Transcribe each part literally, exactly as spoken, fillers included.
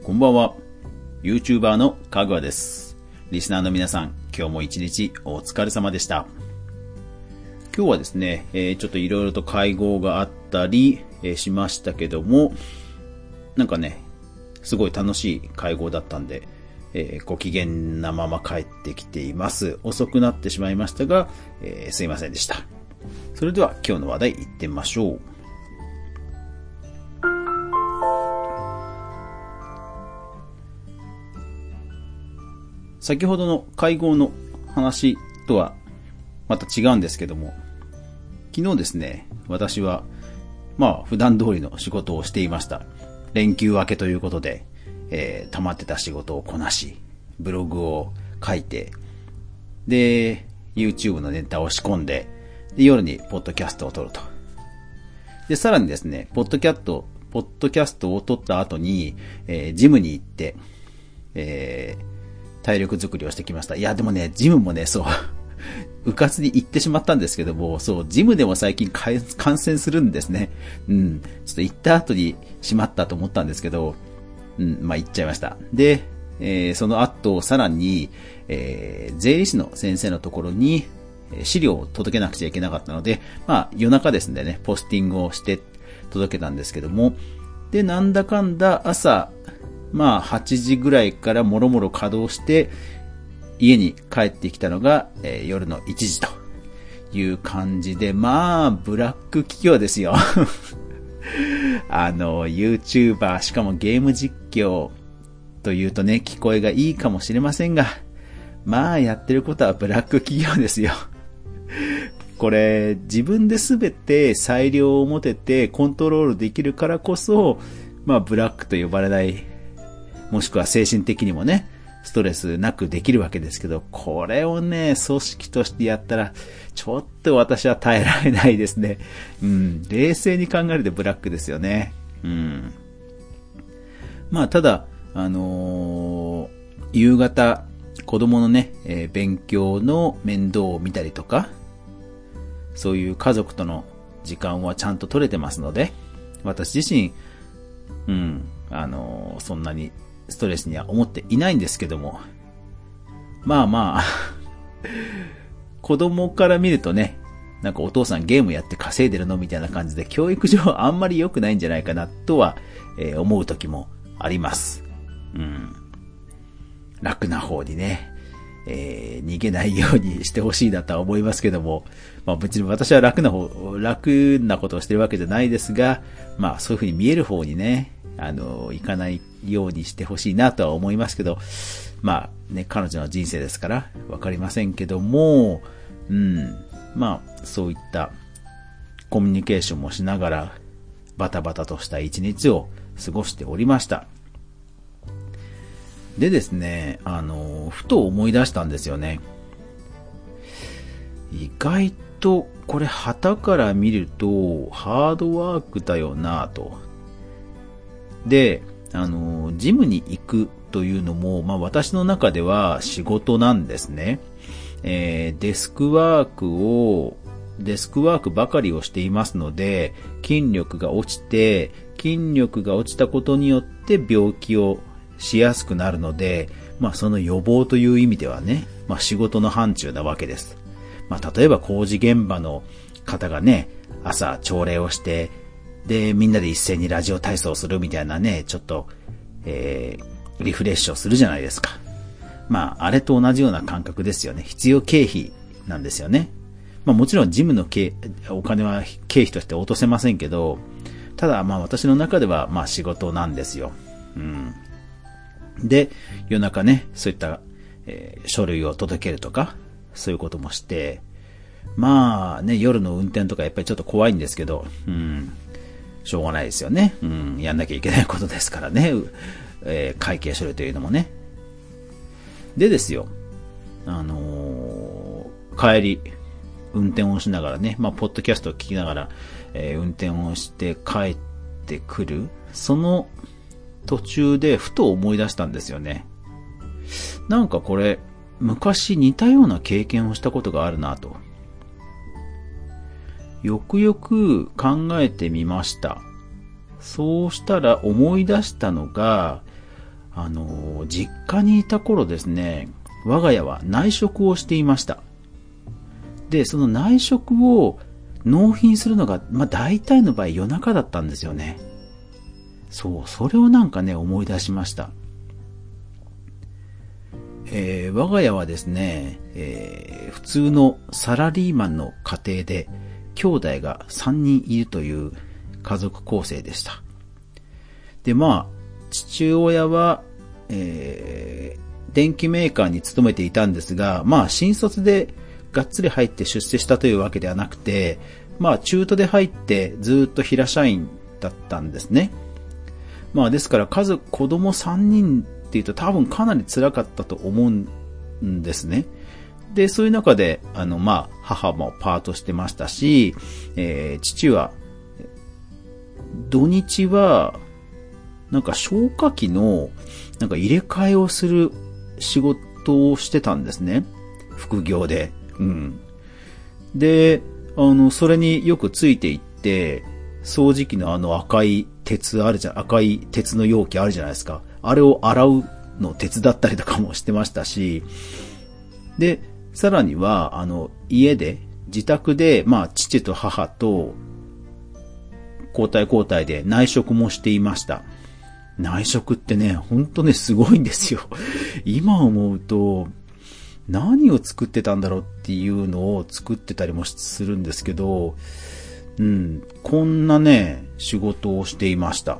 こんばんは。YouTuber のかぐわです。リスナーの皆さん、今日も一日お疲れ様でした。今日はですね、えー、ちょっといろいろと会合があったり、えー、しましたけども、なんかね、すごい楽しい会合だったんで、えー、ご機嫌なまま帰ってきています。遅くなってしまいましたが、えー、すいませんでした。それでは今日の話題行ってみましょう。先ほどの会合の話とはまた違うんですけども、昨日ですね、私はまあ普段通りの仕事をしていました。連休明けということで、えー、溜まってた仕事をこなし、ブログを書いて、で、YouTube のネタを仕込んで、で夜にポッドキャストを撮ると。で、さらにですね、ポッドキャスト、ポッドキャストを撮った後に、えー、ジムに行って、えー体力作りをしてきました。いや、でもね、ジムもね、そう、うかつに行ってしまったんですけども、そう、ジムでも最近感染するんですね。うん。ちょっと行った後にしまったと思ったんですけど、うん、まあ行っちゃいました。で、えー、その後、さらに、えー、税理士の先生のところに、資料を届けなくちゃいけなかったので、まあ夜中ですんでね、ポスティングをして届けたんですけども、で、なんだかんだ朝、まあはちじぐらいからもろもろ稼働して家に帰ってきたのが、えー、夜のいちじという感じで、まあブラック企業ですよ。あの YouTuber しかもゲーム実況というとね、聞こえがいいかもしれませんが、まあやってることはブラック企業ですよ。これ自分で全て裁量を持ててコントロールできるからこそ、まあブラックと呼ばれない、もしくは精神的にもね、ストレスなくできるわけですけど、これをね、組織としてやったら、ちょっと私は耐えられないですね。うん、冷静に考えるとブラックですよね。うん。まあ、ただ、あのー、夕方、子供のね、えー、勉強の面倒を見たりとか、そういう家族との時間はちゃんと取れてますので、私自身、うん、あのー、そんなに、ストレスには思っていないんですけども。まあまあ、子供から見るとね、なんかお父さんゲームやって稼いでるのみたいな感じで、教育上あんまり良くないんじゃないかなとは、えー、思う時もあります。うん。楽な方にね、えー、逃げないようにしてほしいなとは思いますけども、まあ別に私は楽な方、楽なことをしてるわけじゃないですが、まあそういう風に見える方にね、あの、行かないようにしてほしいなとは思いますけど、まあね、彼女の人生ですからわかりませんけども、うん、まあそういったコミュニケーションもしながらバタバタとした一日を過ごしておりました。でですね、あの、ふと思い出したんですよね。意外とこれ旗から見るとハードワークだよなぁと。で、あの、ジムに行くというのも、まあ私の中では仕事なんですね。えー、デスクワークを、デスクワークばかりをしていますので、筋力が落ちて、筋力が落ちたことによって病気をしやすくなるので、まあその予防という意味ではね、まあ仕事の範疇なわけです。まあ例えば工事現場の方がね、朝朝礼をして、で、みんなで一斉にラジオ体操するみたいなね、ちょっと、えー、リフレッシュをするじゃないですか。まあ、あれと同じような感覚ですよね。必要経費なんですよね。まあもちろんジムの経お金は経費として落とせませんけど、ただまあ私の中ではまあ仕事なんですよ。うん。で、夜中ね、そういった、えー、書類を届けるとか、そういうこともして、まあね、夜の運転とかやっぱりちょっと怖いんですけど、うん。しょうがないですよね。うん、やんなきゃいけないことですからね。えー、会計処理というのもね。でですよ、あのー、帰り、運転をしながらね、まあ、ポッドキャストを聞きながら、えー、運転をして帰ってくる、その途中でふと思い出したんですよね。なんかこれ、昔似たような経験をしたことがあるなと。よくよく考えてみました。そうしたら思い出したのが、 あの、実家にいた頃ですね、我が家は内職をしていました。で、その内職を納品するのが、まあ大体の場合夜中だったんですよね。そう、それをなんかね、思い出しました。えー、我が家はですね、えー、普通のサラリーマンの家庭で、兄弟がさんにんいるという家族構成でした。で、まあ、父親は、えー、電機メーカーに勤めていたんですが、まあ、新卒でがっつり入って出世したというわけではなくて、まあ、中途で入ってずっと平社員だったんですね。まあ、ですから家族、子供さんにんっていうと多分かなり辛かったと思うんですね。で、そういう中で、あの、まあ、母もパートしてましたし、えー、父は、土日は、なんか消火器の、なんか入れ替えをする仕事をしてたんですね。副業で。うん。で、あの、それによくついていって、掃除機のあの赤い鉄あるじゃ、赤い鉄の容器あるじゃないですか。あれを洗うのを手伝ったりとかもしてましたし、で、さらには、あの、家で、自宅で、まあ、父と母と、交代交代で内職もしていました。内職ってね、ほんとね、すごいんですよ。今思うと、何を作ってたんだろうっていうのを作ってたりもするんですけど、うん、こんなね、仕事をしていました。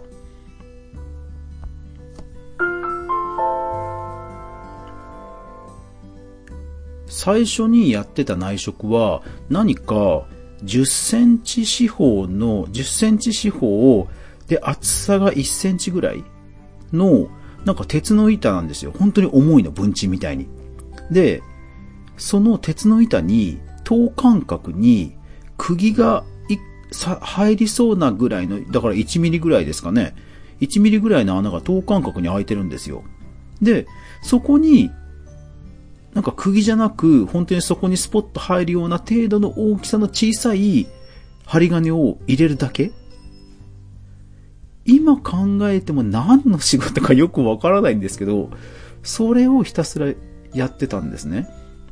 最初にやってた内職は何かじゅっセンチ四方のじゅっセンチ四方で厚さがいっセンチぐらいのなんか鉄の板なんですよ。本当に重いの、文鎮みたいに。で、その鉄の板に等間隔に釘がさ入りそうなぐらいの、だからいちミリぐらいですかね。いちミリぐらいの穴が等間隔に開いてるんですよ。で、そこになんか釘じゃなく、本当にそこにスポッと入るような程度の大きさの小さい針金を入れるだけ。今考えても何の仕事かよくわからないんですけど、それをひたすらやってたんですね。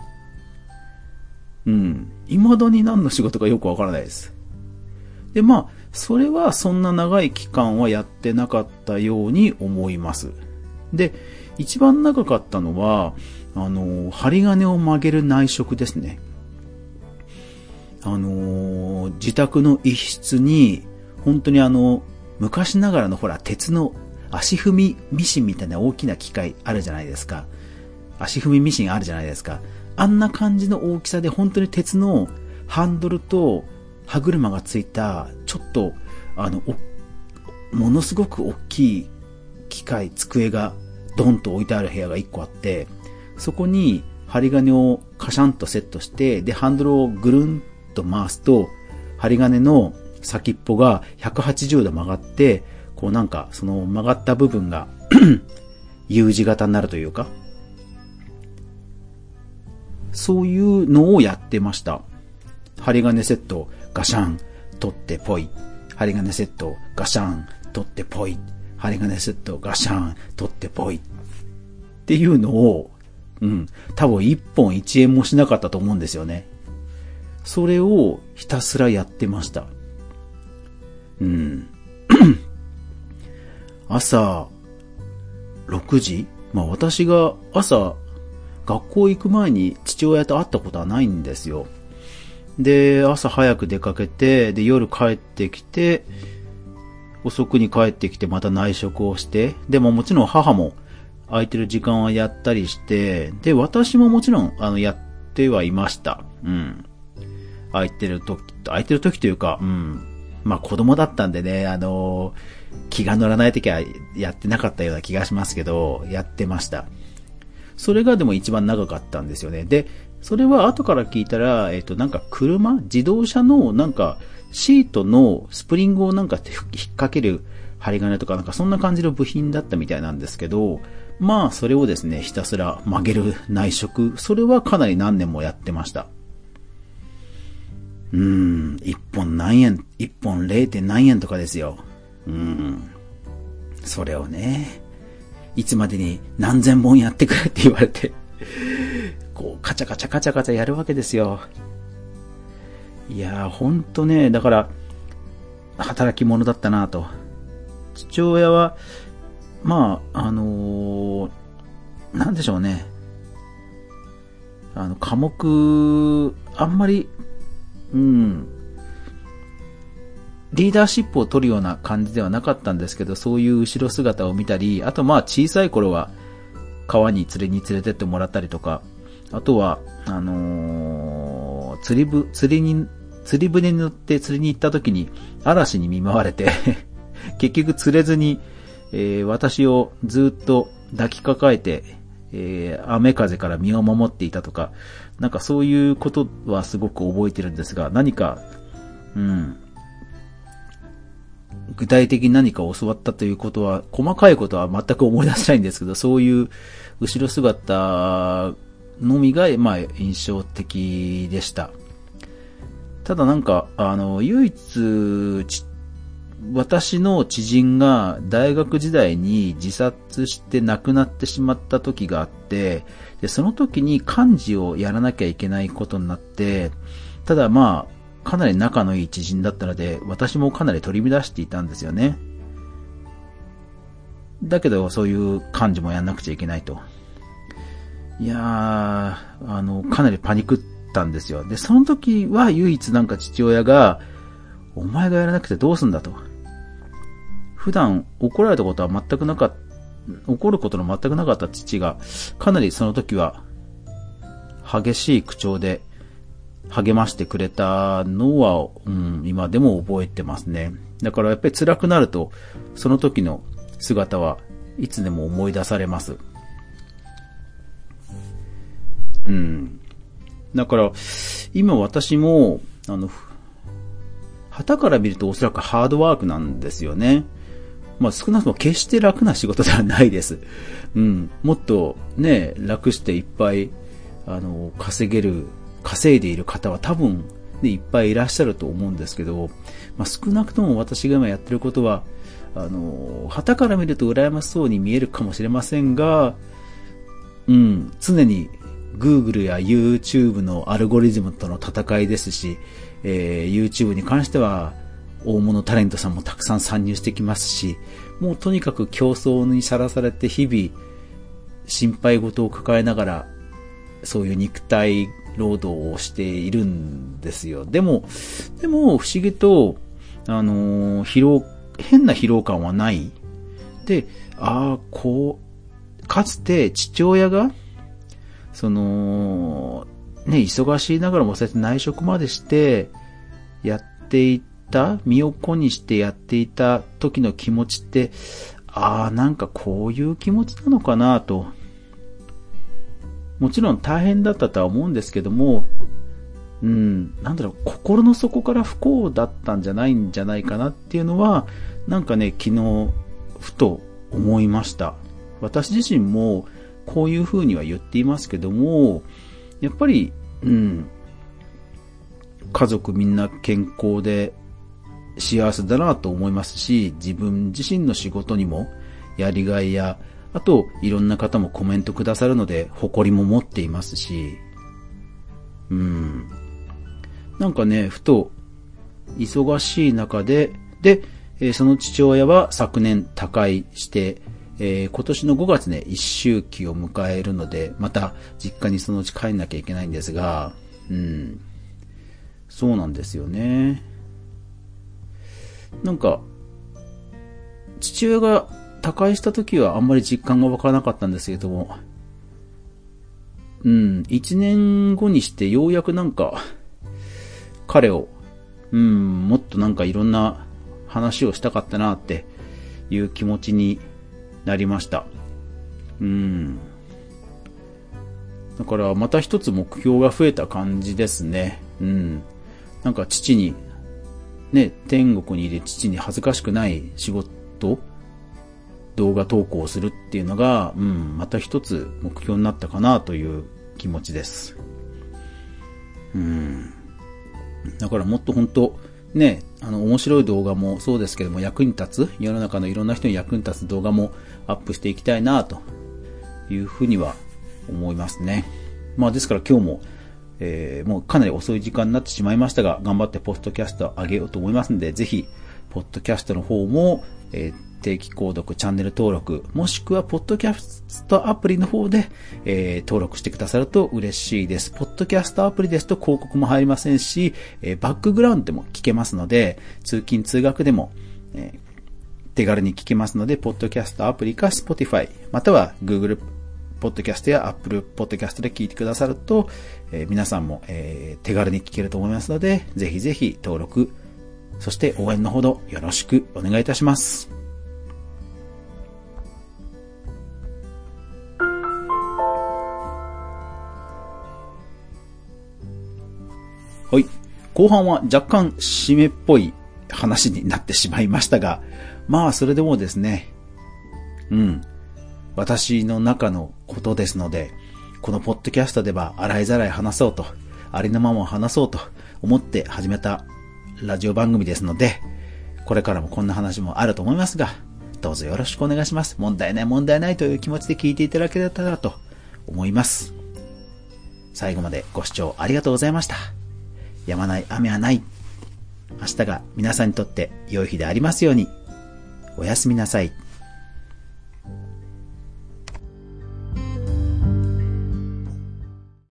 うん。未だに何の仕事かよくわからないです。で、まあ、それはそんな長い期間はやってなかったように思います。で、一番長かったのは、あの、針金を曲げる内職ですね。あの、自宅の一室に、本当にあの、昔ながらのほら、鉄の足踏みミシンみたいな大きな機械あるじゃないですか。足踏みミシンあるじゃないですか。あんな感じの大きさで本当に鉄のハンドルと歯車がついた、ちょっと、あの、ものすごく大きい機械、机がドンと置いてある部屋が一個あって、そこに針金をカシャンとセットして、で、ハンドルをぐるんと回すと、針金の先っぽがひゃくはちじゅうど曲がって、こうなんか、その曲がった部分がU 字型になるというか、そういうのをやってました。針金セット、ガシャン、取ってポイ。針金セット、ガシャン、取ってポイ。針金セット、ガシャン、取ってポイ。っていうのを、うん。多分一本一円もしなかったと思うんですよね。それをひたすらやってました。うん。朝、ろくじ？まあ私が朝、学校行く前に父親と会ったことはないんですよ。で、朝早く出かけて、で、夜帰ってきて、遅くに帰ってきてまた内職をして、でももちろん母も、空いてる時間はやったりして、で、私ももちろん、あの、やってはいました。うん。空いてる時、空いてる時というか、うん。まあ子供だったんでね、あの、気が乗らない時はやってなかったような気がしますけど、やってました。それがでも一番長かったんですよね。で、それは後から聞いたら、えっと、なんか車、自動車のなんかシートのスプリングをなんか引っ掛ける針金とかなんかそんな感じの部品だったみたいなんですけど、まあそれをですね、ひたすら曲げる内職、それはかなり何年もやってました。うーん、一本何円、一本 れい. 何円とかですよ。うーん、それをね、 いつまでに何千本やってくれって言われて、こう、カチャカチャカチャカチャやるわけですよ。いやー、ほんとね、だから、働き者だったなと。父親は、まあ、あのー、なんでしょうね。あの、科目、あんまり、うん、リーダーシップを取るような感じではなかったんですけど、そういう後ろ姿を見たり、あとまあ小さい頃は川に釣りに連れてってもらったりとか、あとは、あのー、釣りぶ、釣りに、釣り船に乗って釣りに行った時に嵐に見舞われて、結局釣れずに、えー、私をずっと抱きかかえて、えー、雨風から身を守っていたとか、なんかそういうことはすごく覚えてるんですが、何か、うん、具体的に何か教わったということは、細かいことは全く思い出せないんですけど、そういう後ろ姿のみが、まあ、印象的でした。ただなんか、あの、唯一、私の知人が大学時代に自殺して亡くなってしまった時があって、で、その時に幹事をやらなきゃいけないことになって、ただまあ、かなり仲のいい知人だったので、私もかなり取り乱していたんですよね。だけど、そういう幹事もやんなくちゃいけないと。いやー、あの、かなりパニクったんですよ。で、その時は唯一なんか父親が、お前がやらなくてどうすんだと。普段怒られたことは全くなかった、怒ることの全くなかった父が、かなりその時は、激しい口調で励ましてくれたのは、うん、今でも覚えてますね。だからやっぱり辛くなると、その時の姿はいつでも思い出されます。うん。だから、今私も、あの、旗から見るとおそらくハードワークなんですよね。まあ少なくとも決して楽な仕事ではないです。うん。もっとね、楽していっぱい、あの、稼げる、稼いでいる方は多分、ね、いっぱいいらっしゃると思うんですけど、まあ少なくとも私が今やってることは、あの、旗から見ると羨ましそうに見えるかもしれませんが、うん、常に Google や YouTube のアルゴリズムとの戦いですし、えー、YouTube に関しては大物タレントさんもたくさん参入してきますし、もうとにかく競争にさらされて日々心配事を抱えながらそういう肉体労働をしているんですよ。でも、でも不思議と、あのー、疲労、変な疲労感はない。で、ああ、こう、かつて父親が、その、ね、忙しいながらもそうやって内職までしてやっていた、身を粉にしてやっていた時の気持ちって、ああ、なんかこういう気持ちなのかなと。もちろん大変だったとは思うんですけども、うん、なんだろう、心の底から不幸だったんじゃないんじゃないかなっていうのは、なんかね、昨日、ふと思いました。私自身もこういうふうには言っていますけども、やっぱり、うん、家族みんな健康で幸せだなと思いますし、自分自身の仕事にもやりがいや、あといろんな方もコメントくださるので誇りも持っていますし、うん、なんかね、ふと忙しい中で、で、えー、その父親は昨年他界して、えー、今年のごがつね、一周期を迎えるので、また実家にそのうち帰んなきゃいけないんですが、うん、そうなんですよね。なんか、父親が他界した時はあんまり実感が湧かなかったんですけども、うん、一年後にしてようやくなんか、彼を、うん、もっとなんかいろんな話をしたかったなっていう気持ちになりました。うん。だからまた一つ目標が増えた感じですね。うん。なんか父に、ね、天国にいる父に恥ずかしくない仕事、動画投稿するっていうのが、うん、また一つ目標になったかなという気持ちです。うん。だからもっと本当ね、あの、面白い動画もそうですけども、役に立つ、世の中のいろんな人に役に立つ動画もアップしていきたいな、というふうには思いますね。まあ、ですから今日も、えー、もうかなり遅い時間になってしまいましたが、頑張ってポッドキャストを上げようと思いますので、ぜひ、ポッドキャストの方も、えー定期購読、チャンネル登録、もしくは、ポッドキャストアプリの方で、えー、登録してくださると嬉しいです。ポッドキャストアプリですと広告も入りませんし、えー、バックグラウンドでも聞けますので、通勤通学でも、えー、手軽に聞けますので、ポッドキャストアプリか Spotify、または Google ポッドキャストや Apple ポッドキャストで聞いてくださると、えー、皆さんも、えー、手軽に聞けると思いますので、ぜひぜひ登録、そして応援のほどよろしくお願いいたします。はい。後半は若干締めっぽい話になってしまいましたが、まあそれでもですね、うん。私の中のことですので、このポッドキャストでは洗いざらい話そうと、ありのまま話そうと思って始めたラジオ番組ですので、これからもこんな話もあると思いますが、どうぞよろしくお願いします。問題ない問題ないという気持ちで聞いていただけたらと思います。最後までご視聴ありがとうございました。止まない雨はない。明日が皆さんにとって良い日でありますように。おやすみなさい。